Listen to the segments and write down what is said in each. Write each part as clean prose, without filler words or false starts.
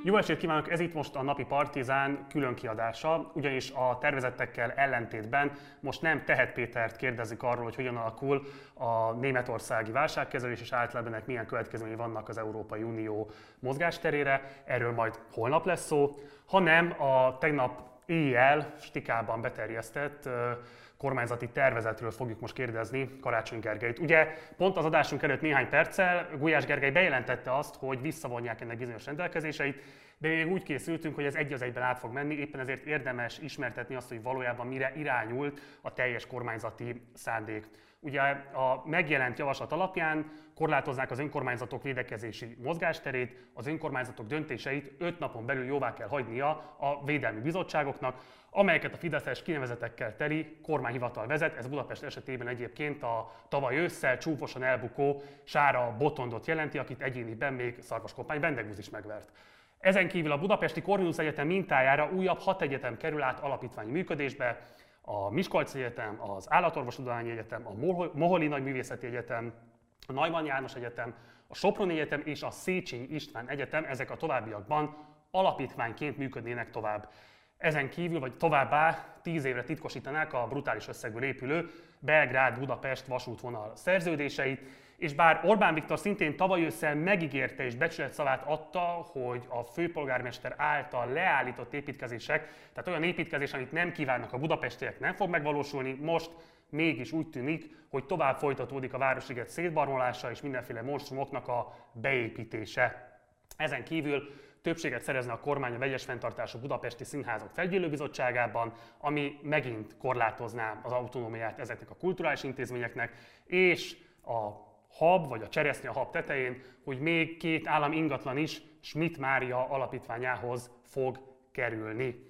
Jó estét kívánok! Ez itt most a Napi Partizán különkiadása, ugyanis a tervezettekkel ellentétben most nem Tehet Pétert kérdezik arról, hogy hogyan alakul a németországi válságkezelés, és általában ennek milyen következményei vannak az Európai Unió mozgásterére, erről majd holnap lesz szó, hanem a tegnap éjjel stikában beterjesztett kormányzati tervezetről fogjuk most kérdezni Karácsony Gergelyt. Ugye pont az adásunk előtt néhány perccel Gulyás Gergely bejelentette azt, hogy visszavonják ennek bizonyos rendelkezéseit, de még úgy készültünk, hogy ez egy az egyben át fog menni, éppen ezért érdemes ismertetni azt, hogy valójában mire irányult a teljes kormányzati szándék. Ugye a megjelent javaslat alapján korlátoznák az önkormányzatok védekezési mozgásterét, az önkormányzatok döntéseit 5 napon belül jóvá kell hagynia a védelmi bizottságoknak, amelyeket a fideszes kinevezetekkel teli kormányhivatal vezet. Ez Budapest esetében egyébként a tavaly ősszel csúfosan elbukó Sára Botondot jelenti, akit egyéniben még Szarvaskompány Bendegúz is megvert. Ezen kívül a Budapesti Corvinus Egyetem mintájára újabb 6 egyetem kerül át alapítványi működésbe: a Miskolci Egyetem, az Állatorvostudományi Egyetem, a Moholi Nagyművészeti Egyetem, a Neumann János Egyetem, a Soproni Egyetem és a Széchenyi István Egyetem, ezek a továbbiakban alapítványként működnének tovább. Ezen kívül, vagy továbbá 10 évre titkosítanák a brutális összegből épülő Belgrád-Budapest vasútvonal szerződéseit, és bár Orbán Viktor szintén tavaly ősszel megígérte és becsületszavát adta, hogy a főpolgármester által leállított építkezések, tehát olyan építkezés, amit nem kívánnak a budapestiek, nem fog megvalósulni, most mégis úgy tűnik, hogy tovább folytatódik a Városliget szétbarmolása és mindenféle monstrumoknak a beépítése. Ezen kívül többséget szerezne a kormány a vegyes fenntartású budapesti színházak felügyelőbizottságában, ami megint korlátozná az autonómiát ezeknek a kulturális intézményeknek, és a hab, vagy a cseresznye a hab tetején, hogy még 2 állami ingatlan is Schmidt Mária alapítványához fog kerülni.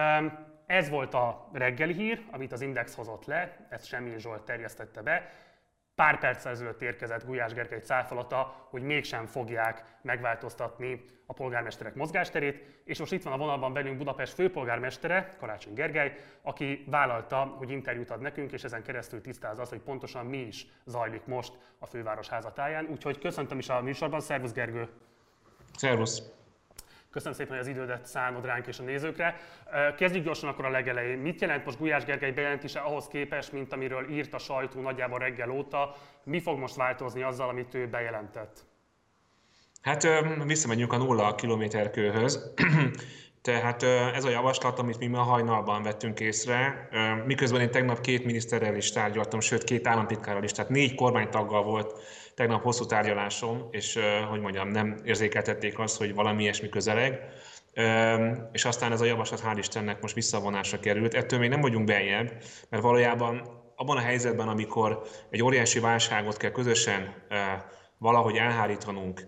Ez volt a reggeli hír, amit az Index hozott le, ezt Semjén Zsolt terjesztette be. Pár perccel ezelőtt érkezett Gulyás Gergely cáfolata, hogy mégsem fogják megváltoztatni a polgármesterek mozgásterét, és most itt van a vonalban velünk Budapest főpolgármestere, Karácsony Gergely, aki vállalta, hogy interjút ad nekünk, és ezen keresztül tisztázza azt, hogy pontosan mi is zajlik most a főváros házatáján. Úgyhogy köszöntöm is a műsorban, szervusz Gergő! Szervusz! Köszönöm szépen, hogy az idődet szánod ránk és a nézőkre. Kezdjük gyorsan akkor a legelején. Mit jelent most Gulyás Gergely bejelentése ahhoz képest, mint amiről írt a sajtó nagyjából reggel óta? Mi fog most változni azzal, amit ő bejelentett? Hát visszamegyünk a 0 kilométerkőhöz. Tehát ez a javaslat, amit mi ma hajnalban vettünk észre, miközben én tegnap 2 miniszterrel is tárgyaltam, sőt 2 államtitkárral is, tehát 4 kormánytaggal volt tegnap hosszú tárgyalásom, és hogy mondjam, nem érzékeltették azt, hogy valami ilyesmi közeleg. És aztán ez a javaslat hál' Istennek most visszavonásra került. Ettől még nem vagyunk beljebb, mert valójában abban a helyzetben, amikor egy óriási válságot kell közösen valahogy elhárítanunk,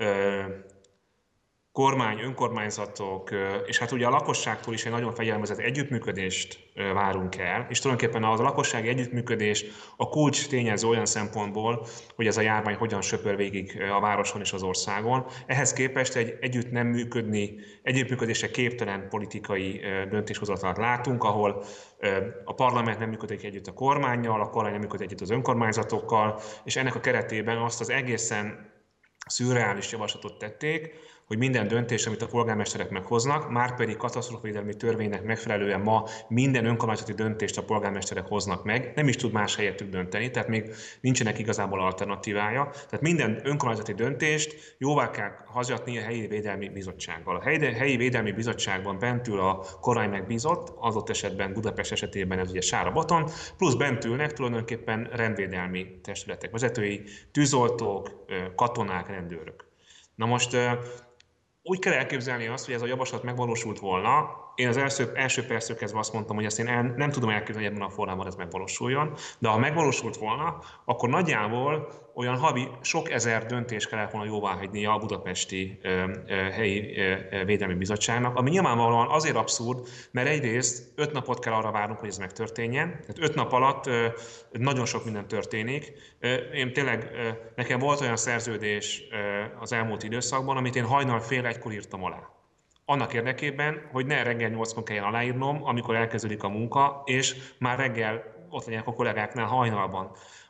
kormány, önkormányzatok, és hát ugye a lakosságtól is egy nagyon fegyelmezett együttműködést várunk el, és tulajdonképpen az a lakossági együttműködés a kulcs tényező olyan szempontból, hogy ez a járvány hogyan söpör végig a városon és az országon. Ehhez képest egy együttműködésre képtelen politikai döntéshozatalat látunk, ahol a parlament nem működik együtt a kormánnyal, a kormány nem működik együtt az önkormányzatokkal, és ennek a keretében azt az egészen szürreális javaslatot tették, hogy minden döntés, amit a polgármesterek meghoznak, márpedig katasztrófavédelmi törvénynek megfelelően ma minden önkormányzati döntést a polgármesterek hoznak meg, nem is tud más helyettük dönteni, tehát még nincsenek igazából alternatívája. Tehát minden önkormányzati döntést jóvá kell hagyatni a helyi védelmi bizottsággal. A helyi védelmi bizottságban bent ül a kormány megbízott, adott esetben Budapest esetében ez ugye Sára Boton, plusz bent ülnek tulajdonképpen rendvédelmi testületek vezetői, tűzoltók, katonák, rendőrök. Na most úgy kell elképzelni azt, hogy ez a javaslat megvalósult volna. Én az első perctől kezdve azt mondtam, hogy ezt én nem tudom elképzelni, hogy ebben a formában ez megvalósuljon, de ha megvalósult volna, akkor nagyjából olyan havi sok ezer döntést kellett volna jóváhagynia a budapesti helyi védelmi bizottságnak, ami nyilvánvalóan azért abszurd, mert egyrészt 5 napot kell arra várnunk, hogy ez megtörténjen. Tehát 5 nap alatt nagyon sok minden történik. Én tényleg, nekem volt olyan szerződés az elmúlt időszakban, amit én hajnal fél 1-kor írtam alá. Annak érdekében, hogy ne reggel 8-kor kelljen aláírnom, amikor elkezdődik a munka, és már reggel ott legyenek a kollégáknál hajnalban.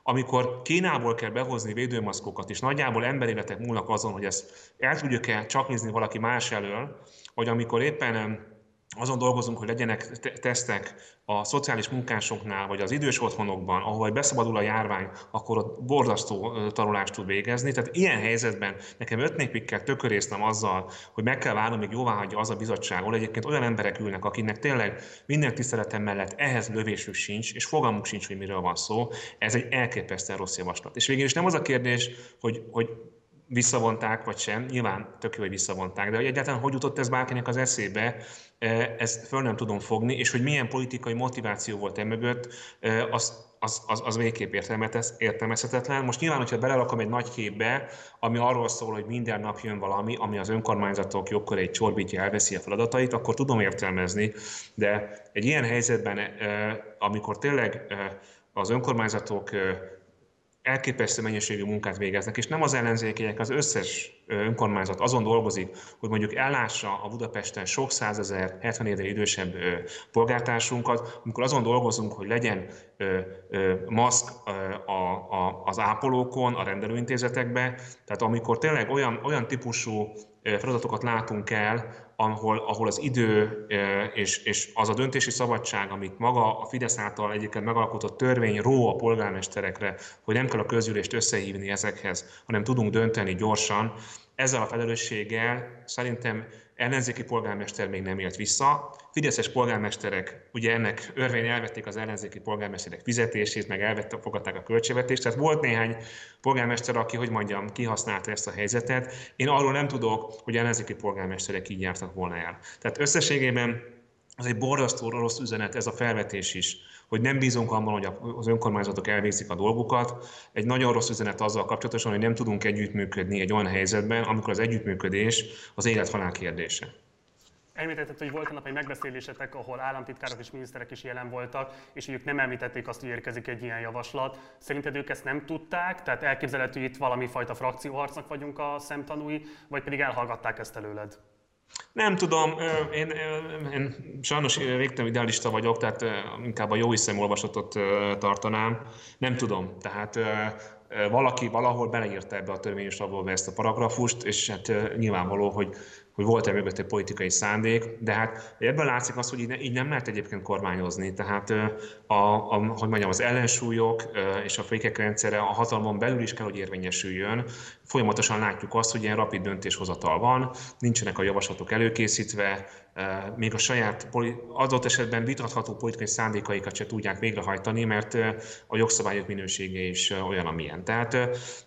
amikor Kínából kell behozni védőmaszkokat, és nagyjából emberéletek múlnak azon, hogy ezt el tudjuk-e csaknizni valaki más elől, vagy amikor éppen azon dolgozunk, hogy legyenek tesztek a szociális munkásoknál, vagy az idős otthonokban, ahol beszabadul a járvány, akkor ott borzasztó tanulást tud végezni. Tehát ilyen helyzetben nekem 5 napig kell tökörésznem azzal, hogy meg kell várnom, még jóváhagyja az a bizottság, ahol egyébként olyan emberek ülnek, akiknek tényleg minden tiszteletem mellett ehhez lövésük sincs, és fogalmuk sincs, hogy miről van szó. Ez egy elképesztően rossz javaslat. És végül is nem az a kérdés, hogy visszavonták, vagy sem, nyilván tök jó, hogy visszavonták, de hogy egyáltalán hogy jutott ez bárkinek az eszébe, ezt föl nem tudom fogni, és hogy milyen politikai motiváció volt emögött, az végképp értelmezhetetlen. Most nyilván, hogyha belerakom egy nagy képbe, ami arról szól, hogy minden nap jön valami, ami az önkormányzatok jogköreit csorbítja, elveszi a feladatait, akkor tudom értelmezni, de egy ilyen helyzetben, amikor tényleg az önkormányzatok elképesztő mennyiségű munkát végeznek, és nem az ellenzékiek, az összes önkormányzat azon dolgozik, hogy mondjuk ellássa a Budapesten sok százezer, 70 évvel idősebb polgártársunkat, amikor azon dolgozunk, hogy legyen maszk az ápolókon, a rendelőintézetekben, tehát amikor tényleg olyan típusú feladatokat látunk el, ahol az idő és az a döntési szabadság, amit maga a Fidesz által egyébként megalkotott törvény ró a polgármesterekre, hogy nem kell a közgyűlést összehívni ezekhez, hanem tudunk dönteni gyorsan, ezzel a felelősséggel szerintem ellenzéki polgármester még nem élt vissza. Fideszes polgármesterek ugye ennek örvén elvették az ellenzéki polgármesterek fizetését, meg fogadták a költségvetést. Tehát volt néhány polgármester, aki, hogy mondjam, kihasználta ezt a helyzetet. Én arról nem tudok, hogy ellenzéki polgármesterek így jártak volna el. Tehát összességében az egy borzasztó rossz üzenet ez a felvetés is, hogy nem bízunk abban, hogy az önkormányzatok elvégzik a dolgukat. Egy nagyon rossz üzenet azzal kapcsolatosan, hogy nem tudunk együttműködni egy olyan helyzetben, amikor az együttműködés az élet-halál kérdése. Említetted, hogy volt a nap egy megbeszélésetek, ahol államtitkárok és miniszterek is jelen voltak, és ők nem említették azt, hogy érkezik egy ilyen javaslat. Szerinted ők ezt nem tudták? Tehát elképzelhető, hogy itt valami fajta frakcióharcnak vagyunk a szemtanúi, vagy pedig elhallgatták ezt előled? Nem tudom, én sajnos végtelen idealista vagyok, tehát inkább a jóhiszemű olvasatot tartanám. Nem tudom, tehát valaki valahol beleírta ebbe a törvényes abból ezt a paragrafust, és hát nyilvánvaló, hogy volt-e mögött egy politikai szándék, de hát ebből látszik az, hogy így nem lehet egyébként kormányozni. Tehát hogy mondjam, az ellensúlyok és a fékek rendszere a hatalmon belül is kell, hogy érvényesüljön. Folyamatosan látjuk azt, hogy ilyen rapid döntéshozatal van, nincsenek a javaslatok előkészítve, még a saját adott esetben vitatható politikai szándékaikat se tudják végrehajtani, mert a jogszabályok minősége is olyan, amilyen. Tehát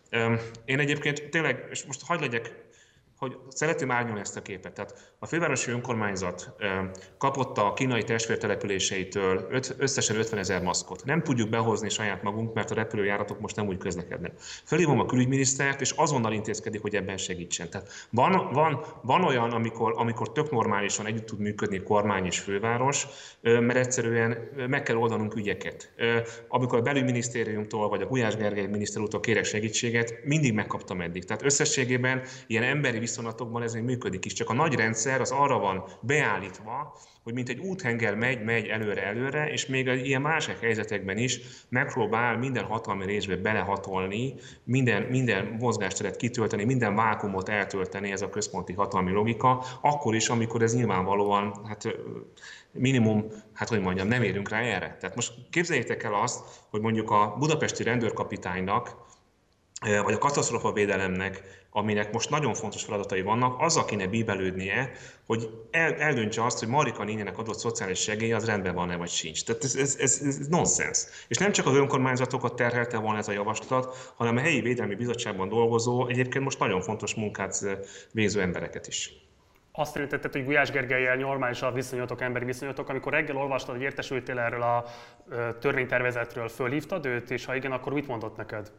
én egyébként tényleg, és most hagyd legyek, hogy szeretném árnyalni ezt a képet. Tehát a fővárosi önkormányzat kapott a kínai testvértelepüléseitől összesen 50 000 maszkot. Nem tudjuk behozni saját magunk, mert a repülőjáratok most nem úgy közlekednek. Felhívom a külügyminisztert, és azonnal intézkedik, hogy ebben segítsen. Tehát van olyan, amikor tök normálisan együtt tud működni kormány és főváros, mert egyszerűen meg kell oldanunk ügyeket. Amikor a belügyminisztériumtól vagy a Gulyás Gergely miniszter úrtól kérek segítséget, mindig megkaptam eddig. Tehát összességében ilyen emberi viszonylatokban ez még működik is, csak a nagy rendszer az arra van beállítva, hogy mint egy úthenger megy előre, és még ilyen másik helyzetekben is megpróbál minden hatalmi részbe belehatolni, minden mozgásteret kitölteni, minden vákumot eltölteni, ez a központi hatalmi logika, akkor is, amikor ez nyilvánvalóan, minimum, hogy mondjam, nem érünk rá erre. Tehát most képzeljétek el azt, hogy mondjuk a budapesti rendőrkapitánynak, vagy a katasztrófavédelemnek, aminek most nagyon fontos feladatai vannak, azzal kéne bíbelődnie, hogy eldöntse azt, hogy Marika néninek adott szociális segély az rendben van-e vagy sincs. Tehát ez nonsens. És nem csak az önkormányzatokat terhelte volna ez a javaslat, hanem a helyi védelmi bizottságban dolgozó, egyébként most nagyon fontos munkát végző embereket is. Azt említetted, hogy Gulyás Gergellyel normális a viszonyatok, emberi viszonyatok. Amikor reggel olvastad, hogy értesültél erről a törvénytervezetről, fölhívtad őt, és ha igen, akkor mit mondott neked?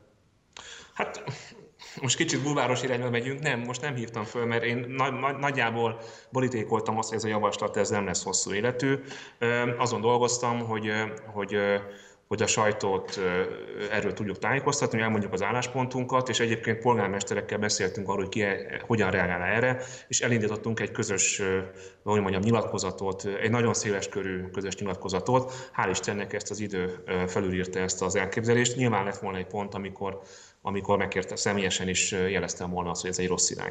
Hát most kicsit bulváros irányba megyünk, most nem hívtam föl, mert én nagyjából borítékoltam azt, hogy ez a javaslat ez nem lesz hosszú életű. Azon dolgoztam, hogy hogy a sajtót erről tudjuk tájékoztatni, hogy elmondjuk az álláspontunkat, és egyébként polgármesterekkel beszéltünk arról, hogy ki hogyan reagál erre, és elindítottunk egy közös, hogy mondjam, nyilatkozatot, egy nagyon széles körű közös nyilatkozatot. Hál' Istennek ezt az idő felülírta ezt az elképzelést. Nyilván lett volna egy pont, amikor megkérte személyesen is jeleztem volna azt, hogy ez egy rossz irány.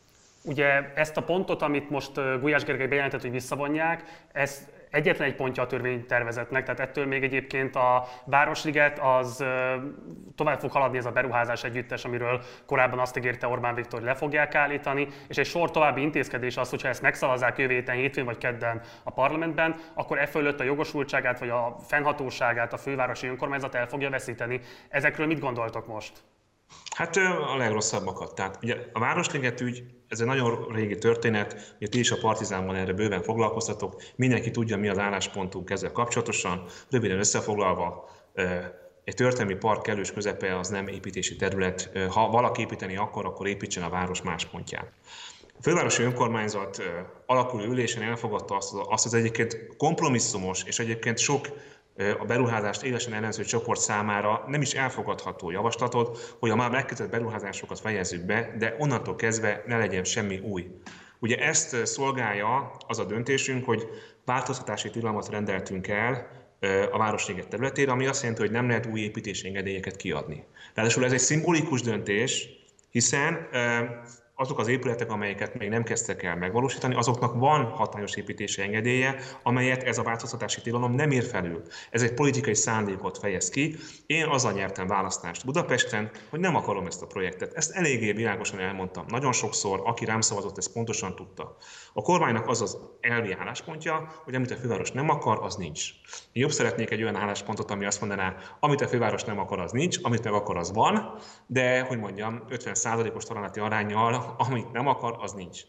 Ugye ezt a pontot, amit most Gulyás Gergely bejelentett, hogy visszavonják, ez egyetlen egy pontja a törvénytervezetnek, tehát ettől még egyébként a Városliget az tovább fog haladni, ez a beruházás együttes, amiről korábban azt ígérte Orbán Viktor, hogy le fogják állítani, és egy sor további intézkedés az, hogyha ezt megszavazzák jövő héten, hétfőn vagy kedden a parlamentben, akkor e fölött a jogosultságát vagy a fennhatóságát a fővárosi önkormányzat el fogja veszíteni. Ezekről mit gondoltok most? Hát a legrosszabbakat. Tehát ugye a Városliget ügy, ez egy nagyon régi történet, ugye ti is a Partizánban erre bőven foglalkoztatok, mindenki tudja, mi az álláspontunk ezzel kapcsolatosan. Röviden összefoglalva, egy történelmi park kellős közepe az nem építési terület. Ha valaki építeni akar, akkor építsen a város más pontján. A fővárosi önkormányzat alakuló ülésen elfogadta azt az egyébként kompromisszumos és egyébként sok a beruházást élesen ellenző csoport számára nem is elfogadható javaslatot, hogy a már megkezdett beruházásokat fejezzük be, de onnantól kezdve ne legyen semmi új. Ugye ezt szolgálja az a döntésünk, hogy változtatási tilalmat rendeltünk el a Városliget területére, ami azt jelenti, hogy nem lehet új építési engedélyeket kiadni. Ráadásul ez egy szimbolikus döntés, hiszen azok az épületek, amelyeket még nem kezdtek el megvalósítani, azoknak van hatályos építési engedélye, amelyet ez a változtatási tilalom nem ír felül. Ez egy politikai szándékot fejez ki. Én azzal nyertem választást Budapesten, hogy nem akarom ezt a projektet. Ezt eléggé világosan elmondtam. Nagyon sokszor, aki rám szavazott, ezt pontosan tudta. A kormánynak az az elvi álláspontja, hogy amit a főváros nem akar, az nincs. Én jobb szeretnék egy olyan álláspontot, ami azt mondaná, amit a főváros nem akar, az nincs, amit meg akar, az van, de, hogy mondjam, 50%-os találati aránnyal, amit nem akar, az nincs.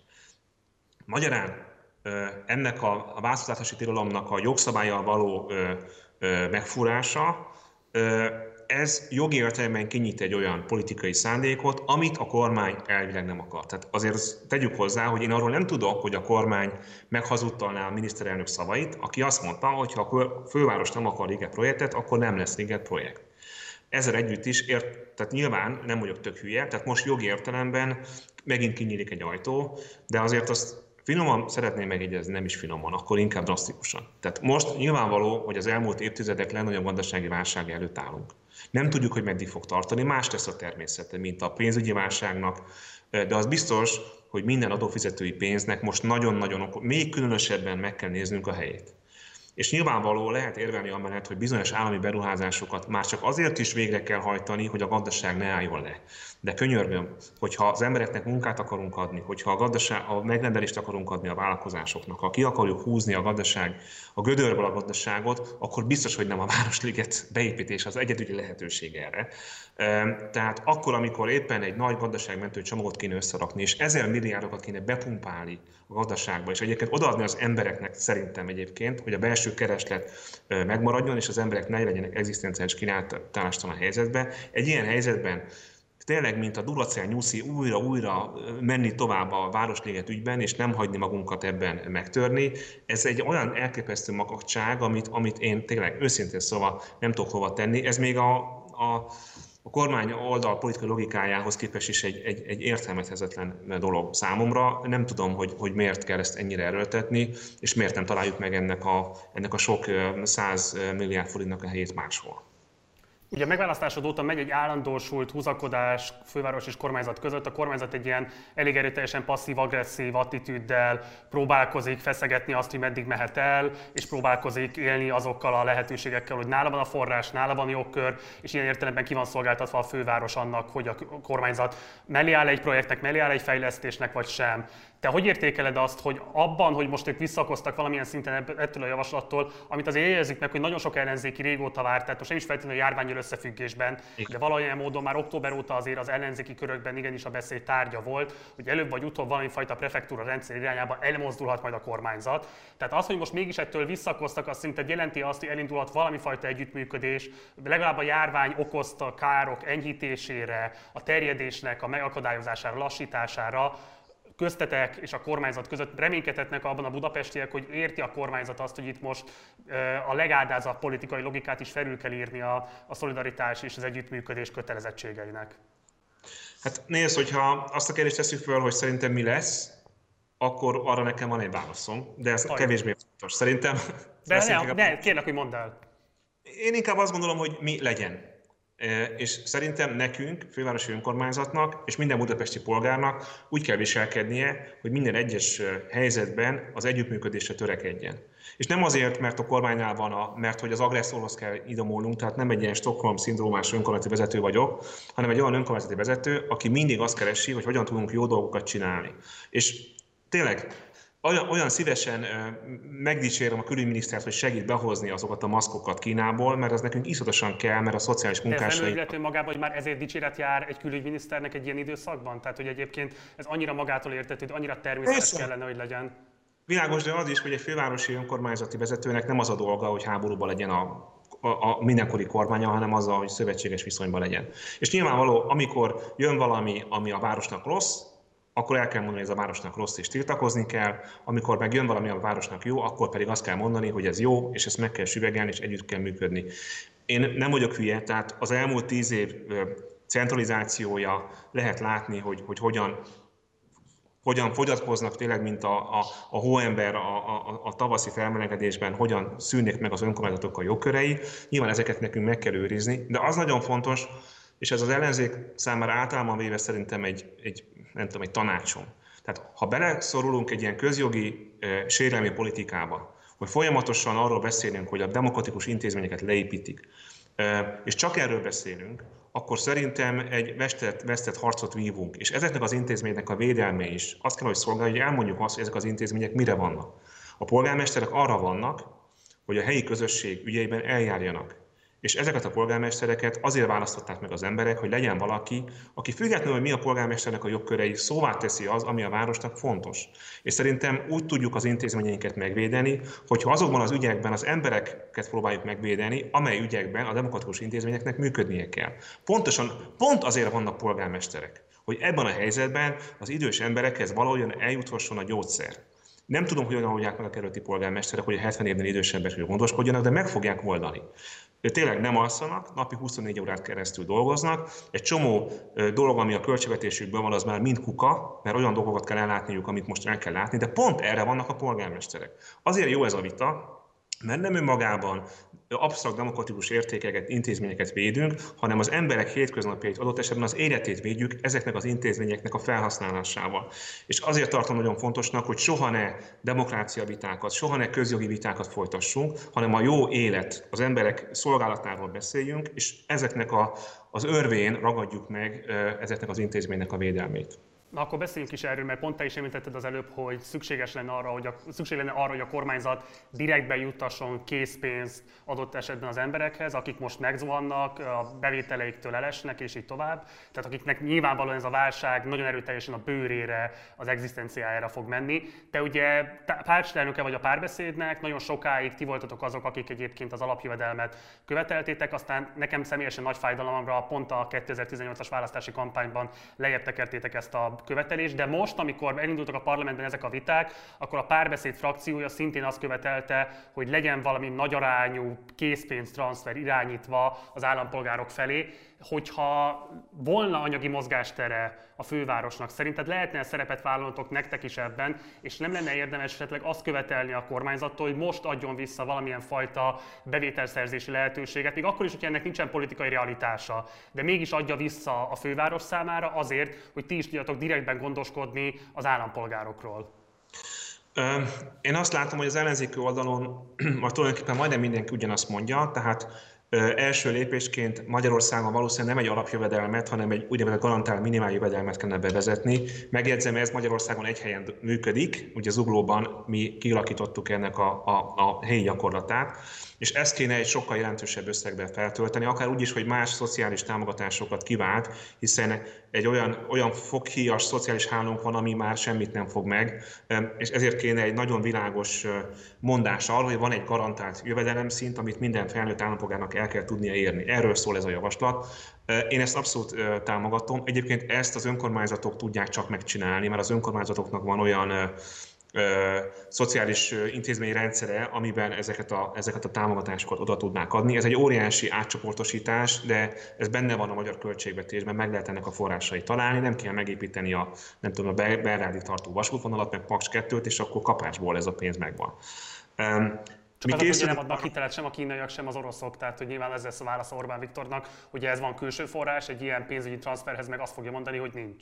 Magyarán ennek a változtatási tilalomnak a jogszabállyal való megfúrása, ez jogi értelemben kinyit egy olyan politikai szándékot, amit a kormány elvileg nem akar. Tehát azért tegyük hozzá, hogy én arról nem tudok, hogy a kormány meghazudtalná a miniszterelnök szavait, aki azt mondta, hogy ha a főváros nem akar Liget projektet, akkor nem lesz Liget projekt. Ezzel együtt is, tehát nyilván nem vagyok tök hülye, tehát most jogi értelemben megint kinyílik egy ajtó, de azért azt finoman szeretném megjegyezni, nem is finoman, akkor inkább drasztikusan. Tehát most nyilvánvaló, hogy az elmúlt évtizedek legnagyobb gazdasági válság előtt állunk. Nem tudjuk, hogy meddig fog tartani, más lesz a természete, mint a pénzügyi válságnak, de az biztos, hogy minden adófizetői pénznek most nagyon-nagyon, még különösebben meg kell néznünk a helyét. És nyilvánvaló lehet érvelni amellett, hogy bizonyos állami beruházásokat már csak azért is végre kell hajtani, hogy a gazdaság ne álljon le. De könyörgöm, hogyha az embereknek munkát akarunk adni, hogyha a megrendelést akarunk adni a vállalkozásoknak, ha ki akarjuk húzni a gödörből a gazdaságot, akkor biztos, hogy nem a Városliget beépítés az egyedüli lehetőség erre. Tehát akkor, amikor éppen egy nagy gazdaságmentő csomagot kéne összerakni, és 1000 milliárdokat kéne bepumpálni a gazdaságba, és egyébként odaadni az embereknek szerintem egyébként, hogy a belső kereslet megmaradjon, és az emberek ne legyenek egzisztenciális kilátástalan helyzetben. Egy ilyen helyzetben tényleg, mint a Duracell nyuszi, újra menni tovább a Városliget ügyben, és nem hagyni magunkat ebben megtörni. Ez egy olyan elképesztő makacság, amit én tényleg őszintén szóval nem tudok hova tenni. Ez még a kormány oldal politikai logikájához képest is egy értelmezhetetlen dolog számomra. Nem tudom, hogy miért kell ezt ennyire erőltetni, és miért nem találjuk meg ennek a sok 100 milliárd forintnak a helyét máshol. Ugye a megválasztásod óta megy egy állandósult húzakodás főváros és kormányzat között. A kormányzat egy ilyen elég erőteljesen passzív-agresszív attitűddel próbálkozik feszegetni azt, hogy meddig mehet el, és próbálkozik élni azokkal a lehetőségekkel, hogy nála van a forrás, nála van jogkör, és ilyen értelemben ki van szolgáltatva a főváros annak, hogy a kormányzat mellé áll egy projektnek, mellé áll egy fejlesztésnek, vagy sem. Te hogy értékeled azt, hogy abban, hogy most ők visszakoztak valamilyen szinten ettől a javaslattól, amit azért jegyezzük meg, hogy nagyon sok ellenzéki régóta várt, tehát most nem is feltétlenül a járvánnyal összefüggésben, de valamilyen módon már október óta azért az ellenzéki körökben igenis a beszéd tárgya volt, hogy előbb vagy utóbb valami fajta prefektúra rendszer irányába elmozdulhat majd a kormányzat. Tehát az, hogy most mégis ettől visszakoztak, az szerinted jelenti azt, hogy elindulhat valami fajta együttműködés, legalább a járvány okozta károk enyhítésére, a terjedésnek a megakadályozására, lassítására. köztetek és a kormányzat között reménykedhetnek abban a budapestiek, hogy érti a kormányzat azt, hogy itt most a legáldázabb politikai logikát is felül kell írni a szolidaritás és az együttműködés kötelezettségeinek? Hát nézd, hogyha azt a kérdést tesszük föl, hogy szerintem mi lesz, akkor arra nekem van egy válaszom, de ez kevésbé fontos. Szerintem... De kérlek, hogy mondd el. Én inkább azt gondolom, hogy mi legyen. És szerintem nekünk, fővárosi önkormányzatnak és minden budapesti polgárnak úgy kell viselkednie, hogy minden egyes helyzetben az együttműködésre törekedjen. És nem azért, mert a kormánynál van, mert hogy az agresszorhoz kell idomulnunk, tehát nem egy ilyen Stockholm-szindrómás önkormányzati vezető vagyok, hanem egy olyan önkormányzati vezető, aki mindig azt keresi, hogy hogyan tudunk jó dolgokat csinálni. És tényleg olyan szívesen megdicsérem a külügyminisztert, hogy segít behozni azokat a maszkokat Kínából, mert az nekünk iszonyatosan kell, mert a szociális munkásai... De ez nem magában, hogy már ezért dicséret jár egy külügyminiszternek egy ilyen időszakban? Tehát, hogy egyébként ez annyira magától értető, hogy annyira természetes kellene, hogy legyen? Világos, de az is, hogy egy fővárosi önkormányzati vezetőnek nem az a dolga, hogy háborúban legyen a mindenkori kormánya, hanem azzal, hogy szövetséges viszonyban legyen. És nyilvánvaló, amikor jön valami, ami a városnak rossz, akkor el kell mondani, hogy ez a városnak rossz és tiltakozni kell, amikor meg jön valami a városnak jó, akkor pedig azt kell mondani, hogy ez jó, és ezt meg kell süvegelni, és együtt kell működni. Én nem vagyok hülye, tehát az elmúlt 10 év centralizációja lehet látni, hogy hogyan fogyatkoznak tényleg, mint a hóember a tavaszi felmelegedésben, hogyan szűnnek meg az önkormányzatok a jogkörei. Nyilván ezeket nekünk meg kell őrizni, de az nagyon fontos, és ez az ellenzék számára általában véve szerintem egy tanácsom. Tehát ha beleszorulunk egy ilyen közjogi sérelmi politikába, hogy folyamatosan arról beszélünk, hogy a demokratikus intézményeket leépítik, és csak erről beszélünk, akkor szerintem egy vesztett harcot vívunk. És ezeknek az intézményeknek a védelme is azt kell, hogy szolgálja, hogy elmondjuk azt, hogy ezek az intézmények mire vannak. A polgármesterek arra vannak, hogy a helyi közösség ügyeiben eljárjanak. És ezeket a polgármestereket azért választották meg az emberek, hogy legyen valaki, aki függetlenül, hogy mi a polgármesternek a jogkörei, szóvá teszi az, ami a városnak fontos. És szerintem úgy tudjuk az intézményeinket megvédeni, hogyha azokban az ügyekben az embereket próbáljuk megvédeni, amely ügyekben a demokratikus intézményeknek működnie kell. Pont azért vannak polgármesterek, hogy ebben a helyzetben az idős emberekhez valahogyan eljuthasson a gyógyszer. Nem tudom, hogy olyan oldják meg a kerületi polgármesterek, hogy a 70 évnél idősebbekről gondoskodjanak, de meg fogják oldani. Ők tényleg nem alszanak, napi 24 órát keresztül dolgoznak. Egy csomó dolog, ami a költségvetésükben van, az már mind kuka, mert olyan dolgokat kell ellátniuk, amit most el kell látni, de pont erre vannak a polgármesterek. Azért jó ez a vita, mert nem önmagában absztrakt demokratikus értékeket, intézményeket védünk, hanem az emberek hétköznapjait, adott esetben az életét védjük ezeknek az intézményeknek a felhasználásával. És azért tartom nagyon fontosnak, hogy soha ne demokrácia vitákat, soha ne közjogi vitákat folytassunk, hanem a jó élet, az emberek szolgálatáról beszéljünk, és ezeknek az örvén ragadjuk meg ezeknek az intézménynek a védelmét. Na akkor beszéljünk is erről, mert pont te is említetted az előbb, hogy szükség lenne arra, hogy a kormányzat direktbe juttasson készpénzt adott esetben az emberekhez, akik most megzuhannak, a bevételeiktől elesnek, és így tovább. Tehát akiknek nyilvánvalóan ez a válság nagyon erőteljesen a bőrére, az egzisztenciájára fog menni. Te ugye pártelnöke vagy a Párbeszédnek, nagyon sokáig ti voltatok azok, akik egyébként az alapjövedelmet követeltétek, aztán nekem személyesen nagy fájdalomra pont a 2018-as választási kampányban lejjebb tekertétek ezt a követelés, de most, amikor elindultak a parlamentben ezek a viták, akkor a Párbeszéd frakciója szintén azt követelte, hogy legyen valami nagyarányú készpénztranszfer irányítva az állampolgárok felé. Hogyha volna anyagi mozgástere a fővárosnak, szerinted lehetne szerepet vállalnotok nektek is ebben, és nem lenne érdemes esetleg azt követelni a kormányzattól, hogy most adjon vissza valamilyen fajta bevételszerzési lehetőséget, még akkor is, hogy ennek nincsen politikai realitása, de mégis adja vissza a főváros számára azért, hogy ti is tudjatok direktben gondoskodni az állampolgárokról? Én azt látom, hogy az ellenzéki oldalon tulajdonképpen majdnem mindenki ugyanazt mondja, tehát első lépésként Magyarországon valószínűleg nem egy alapjövedelmet, hanem egy úgynevezett garantált minimál jövedelmet kellene bevezetni. Megjegyzem, ez Magyarországon egy helyen működik, ugye Zuglóban mi kialakítottuk ennek a helyi gyakorlatát, és ezt kéne egy sokkal jelentősebb összegben feltölteni, akár úgy is, hogy más szociális támogatásokat kivált, hiszen egy olyan foghíjas szociális hálónk van, ami már semmit nem fog meg, és ezért kéne egy nagyon világos mondás arról, hogy van egy garantált jövedelemszint, amit minden felnőtt állampolgárnak el kell tudnia érni. Erről szól ez a javaslat. Én ezt abszolút támogatom. Egyébként ezt az önkormányzatok tudják csak megcsinálni, mert az önkormányzatoknak van olyan szociális intézményrendszere, amiben ezeket a támogatásokat oda tudnák adni. Ez egy óriási átcsoportosítás, de ez benne van a magyar költségvetésben, meg lehet ennek a forrásait találni, nem kell megépíteni a Belgrádig tartó vasútvonalat, meg Paks 2-t, és akkor kapásból ez a pénz megvan. Csak az, hogy nem adnak hitelet sem a kínaiak, sem az oroszok, tehát hogy nyilván ez lesz a válasz Orbán Viktornak, hogy ez van külső forrás, egy ilyen pénzügyi transferhez meg azt fogja mondani, hogy nincs.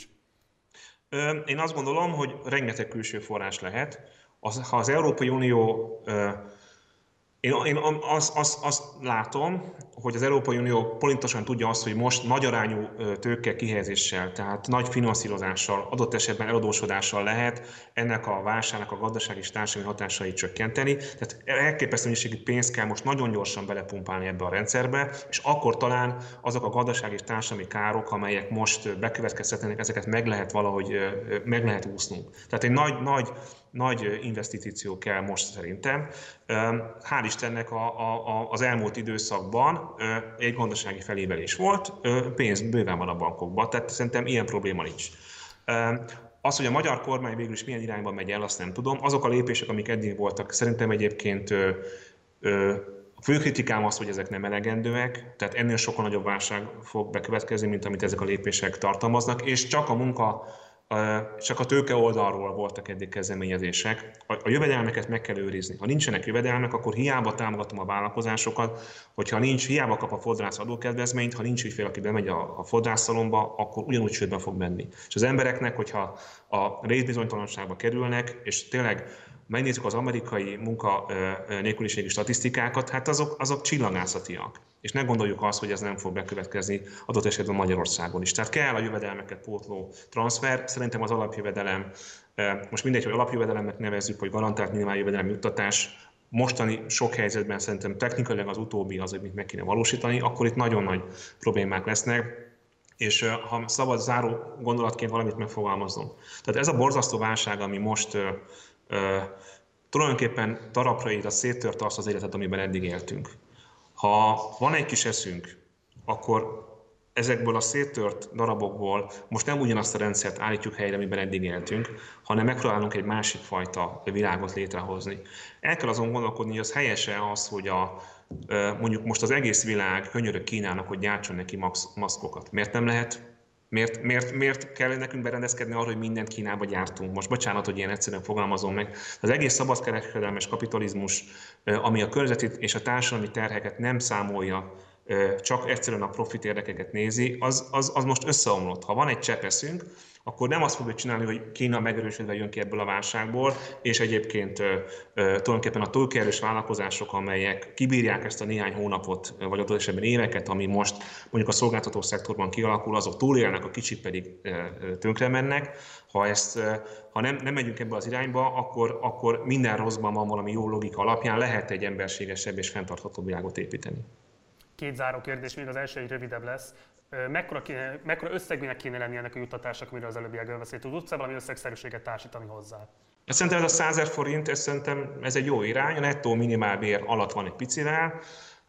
Én azt gondolom, hogy rengeteg külső forrás lehet. Ha az Európai Unió, én azt látom, hogy az Európai Unió pontosan tudja azt, hogy most nagyarányú tőke kihelyezéssel, tehát nagy finanszírozással, adott esetben eladósodással lehet ennek a válságnak a gazdasági és társadalmi hatásait csökkenteni. Tehát elképesztő mennyiségű pénzt kell most nagyon gyorsan belepumpálni ebbe a rendszerbe, és akkor talán azok a gazdasági és társadalmi károk, amelyek most bekövetkezhetnek, ezeket meg lehet úsznunk. Tehát egy nagy investíció kell most szerintem. Hál' Istennek az elmúlt időszakban egy gazdasági felévelés volt, pénz bőven van a bankokban, tehát szerintem ilyen probléma nincs. Az, hogy a magyar kormány végül is milyen irányban megy el, azt nem tudom. Azok a lépések, amik eddig voltak, szerintem egyébként a fő kritikám az, hogy ezek nem elegendőek, tehát ennél sokkal nagyobb válság fog bekövetkezni, mint amit ezek a lépések tartalmaznak, és csak a tőke oldalról voltak eddig kezdeményezések. A jövedelmeket meg kell őrizni. Ha nincsenek jövedelmek, akkor hiába támogatom a vállalkozásokat, hogyha hiába kap a fodrász adókedvezményt, ha nincs ügyfél, aki bemegy a fodrászszalomba, akkor ugyanúgy csődbe fog menni. És az embereknek, hogyha a részbizonytalanságba kerülnek, és tényleg megnézzük az amerikai munkanélküliségi statisztikákat, hát azok csillagászatiak. És ne gondoljuk azt, hogy ez nem fog bekövetkezni adott esetben Magyarországon is. Tehát kell a jövedelmeket pótló transfer. Szerintem az alapjövedelem, most mindegy, hogy alapjövedelemnek nevezzük, vagy garantált minimáljövedelem juttatás, mostani sok helyzetben szerintem technikailag az utóbbi az, amit meg kéne valósítani, akkor itt nagyon nagy problémák lesznek. És ha szabad záró gondolatként valamit megfogalmazom. Tehát ez a borzasztó válság, ami most tulajdonképpen talapra ír, széttört azt az életet, amiben eddig éltünk. Ha van egy kis eszünk, akkor ezekből a széttört darabokból most nem ugyanazt a rendszert állítjuk helyre, amiben eddig éltünk, hanem megpróbálunk egy másik fajta világot létrehozni. El kell azon gondolkodni, hogy az helyese az, hogy mondjuk most az egész világ könyörög Kínának, hogy gyártson neki maszkokat. Miért nem lehet? Miért kell nekünk berendezkedni arra, hogy mindent Kínába gyártunk? Most bocsánat, hogy ilyen egyszerűen fogalmazom meg. Az egész szabadkereskedelmes kapitalizmus, ami a környezeti és a társadalmi terheket nem számolja, csak egyszerűen a profit érdekeket nézi, az most összeomlott. Ha van egy cseppeszünk, akkor nem azt fogja csinálni, hogy Kína megerősödve jön ki ebből a válságból, és egyébként tulajdonképpen a tőkeerős vállalkozások, amelyek kibírják ezt a néhány hónapot, vagy adott esetben éveket, ami most mondjuk a szolgáltató szektorban kialakul, azok túlélnek, a kicsik pedig tönkre mennek. Ha nem megyünk ebbe az irányba, akkor minden rosszban van valami jó logika alapján, lehet egy emberségesebb és fenntartható világot építeni. Két záró kérdés, még az első egy rövidebb lesz. Mekkora összegűnek kéne lenni ennek a juttatásnak, amiről az előbbiekben beszéltünk? Tudsz-e valami összegszerűséget társítani hozzá? Szerintem ez a 100 000 forint, ez egy jó irány, a nettó minimálbér alatt van egy picivel,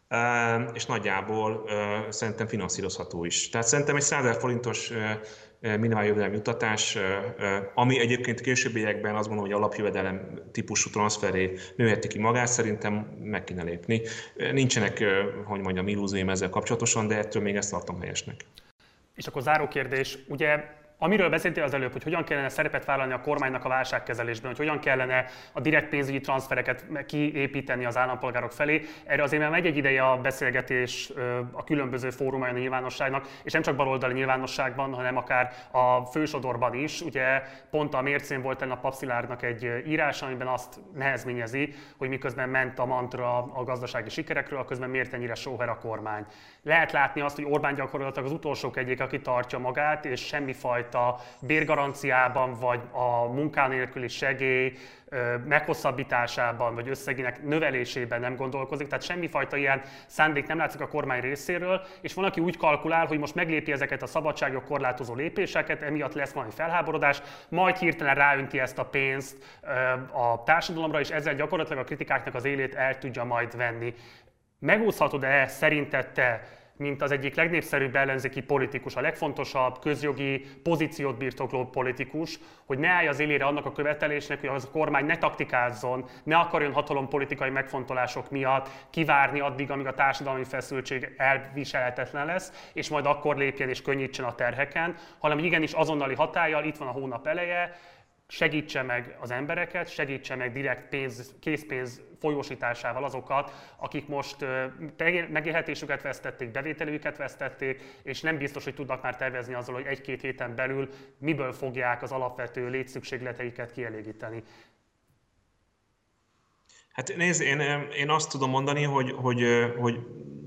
és nagyjából szerintem finanszírozható is. Tehát szerintem egy 100 000 forintos minimáljövedelem juttatás, ami egyébként későbbiekben azt gondolom, hogy alapjövedelem típusú transferé nőheti ki magát, szerintem meg kéne lépni. Nincsenek, hogy mondjam, illúzióim ezzel kapcsolatosan, de ettől még ezt tartom helyesnek. És akkor záró kérdés, ugye amiről beszéltél az előbb, hogy hogyan kellene szerepet vállalni a kormánynak a válságkezelésben, hogy hogyan kellene a direkt pénzügyi transfereket kiépíteni az állampolgárok felé. Erre azért már megy egy ideje a beszélgetés a különböző fórumain a nyilvánosságnak, és nem csak baloldali nyilvánosságban, hanem akár a fősodorban is. Ugye pont a Mércén volt a Papp Szilárdnak egy írása, amiben azt nehezményezi, hogy miközben ment a mantra a gazdasági sikerekről, közben miért ennyire sóher a kormány. Lehet látni azt, hogy Orbán gyakorlatilag az utolsó egyik, aki tartja magát, és semmifajta bérgaranciában, vagy a munkánélküli segély meghosszabbításában, vagy összegének növelésében nem gondolkozik, tehát semmifajta ilyen szándék nem látszik a kormány részéről, és van, aki úgy kalkulál, hogy most meglépi ezeket a szabadságjog korlátozó lépéseket, emiatt lesz valami felháborodás, majd hirtelen ráönti ezt a pénzt a társadalomra, és ezzel gyakorlatilag a kritikáknak az élét el tudja majd venni. Megúszhatod-e szerinted te, mint az egyik legnépszerűbb ellenzéki politikus, a legfontosabb közjogi pozíciót birtokló politikus, hogy ne állj az élére annak a követelésnek, hogy az a kormány ne taktikázzon, ne akarjon hatalompolitikai megfontolások miatt kivárni addig, amíg a társadalmi feszültség elviselhetetlen lesz, és majd akkor lépjen és könnyítsen a terheken, hanem hogy igenis azonnali hatállyal, itt van a hónap eleje, segítse meg az embereket, segítse meg direkt készpénz folyósításával azokat, akik most megélhetésüket vesztették, bevételüket vesztették, és nem biztos, hogy tudnak már tervezni azzal, hogy egy-két héten belül miből fogják az alapvető létszükségleteiket kielégíteni. Hát nézd, én azt tudom mondani, hogy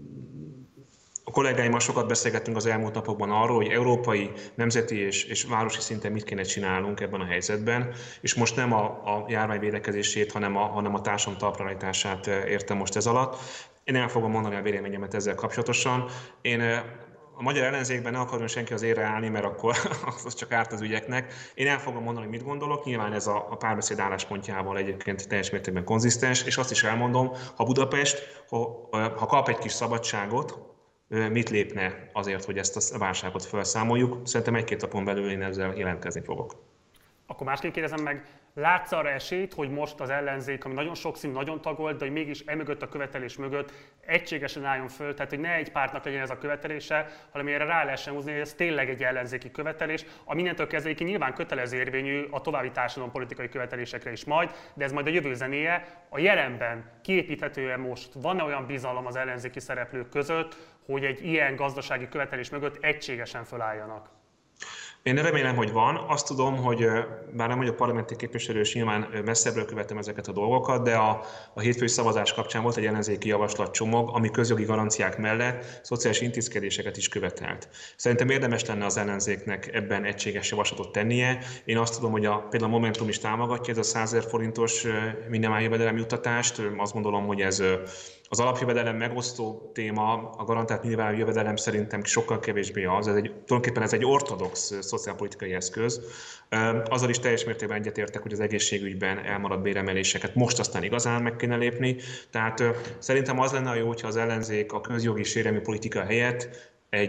a kollégáimmal sokat beszélgettünk az elmúlt napokban arról, hogy európai, nemzeti és városi szinten mit kéne csinálnunk ebben a helyzetben, és most nem a járvány védekezését, hanem a társadalom talpraállítását értem most ez alatt. Én el fogom mondani a véleményemet ezzel kapcsolatosan. Én a magyar ellenzékben ne akarjon senki az érre állni, mert akkor az csak árt az ügyeknek. Én el fogom mondani, mit gondolok. Nyilván ez a párbeszéd álláspontjával egyébként teljes mértékben konzisztens, és azt is elmondom, ha Budapest, ha kap egy kis szabadságot, mit lépne azért, hogy ezt a válságot felszámoljuk. Szerintem egy-két napon belül én ezzel jelentkezni fogok. Akkor másképp kérdezem meg, látsz arra esélyt, hogy most az ellenzék, ami nagyon sokszínű, nagyon tagolt, de hogy mégis emögött a követelés mögött egységesen álljon föl, tehát hogy ne egy pártnak legyen ez a követelése, hanem erre rá lehessen húzni, hogy ez tényleg egy ellenzéki követelés, ami innentől kezdve nyilván kötelező érvényű a további társadalompolitikai követelésekre is majd, de ez majd a jövő zenéje. A jelenben kiépíthető-e most, van-e olyan bizalom az ellenzéki szereplők között, hogy egy ilyen gazdasági követelés mögött egységesen fölálljanak? Én remélem, hogy van. Azt tudom, hogy bár nem vagyok parlamenti képviselő, és nyilván messzebbről követem ezeket a dolgokat, de a hétfői szavazás kapcsán volt egy ellenzéki javaslatcsomag, ami közjogi garanciák mellett szociális intézkedéseket is követelt. Szerintem érdemes lenne az ellenzéknek ebben egységes javaslatot tennie. Én azt tudom, hogy például a Momentum is támogatja ez a 100 000 forintos minimáljövedelem juttatást. Azt gondolom, hogy ez az alapjövedelem megosztó téma, a garantált minimál jövedelem szerintem sokkal kevésbé az. Tulajdonképpen ez egy ortodox szociálpolitikai eszköz. Azzal is teljes mértékben egyetértek, hogy az egészségügyben elmaradt béremeléseket most aztán igazán meg kéne lépni. Tehát szerintem az lenne a jó, hogyha az ellenzék a közjogi sérelmi politika helyett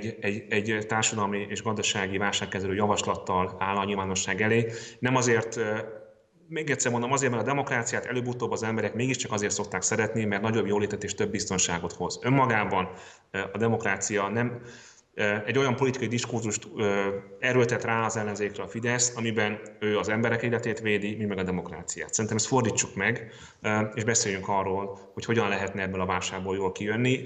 egy társadalmi és gazdasági válságkezelő javaslattal áll a nyilvánosság elé. Nem azért, még egyszer mondom, azért, mert a demokráciát előbb-utóbb az emberek mégiscsak azért szokták szeretni, mert nagyobb jólétet és több biztonságot hoz. Önmagában a demokrácia nem egy olyan politikai diskurzust erőltet rá az ellenzékre a Fidesz, amiben ő az emberek életét védi, mi meg a demokráciát. Szerintem ezt fordítsuk meg, és beszéljünk arról, hogy hogyan lehetne ebből a válságból jól kijönni.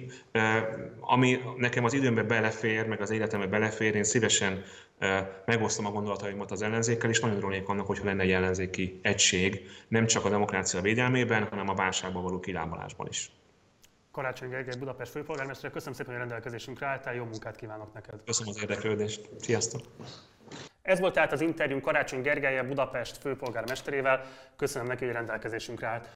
Ami nekem az időmbe belefér, meg az életembe belefér, én szívesen megosztom a gondolataimat az ellenzékkel, és nagyon örülnék annak, hogyha lenne egy ellenzéki egység, nem csak a demokrácia védelmében, hanem a válságból való kilábalásban is. Karácsony Gergely, Budapest főpolgármester, köszönöm szépen, hogy rendelkezésünkre álltál, jó munkát kívánok neked! Köszönöm az érdeklődést, sziasztok! Ez volt tehát az interjúnk Karácsony Gergellyel, Budapest főpolgármesterével, köszönöm neki, hogy rendelkezésünkre állt.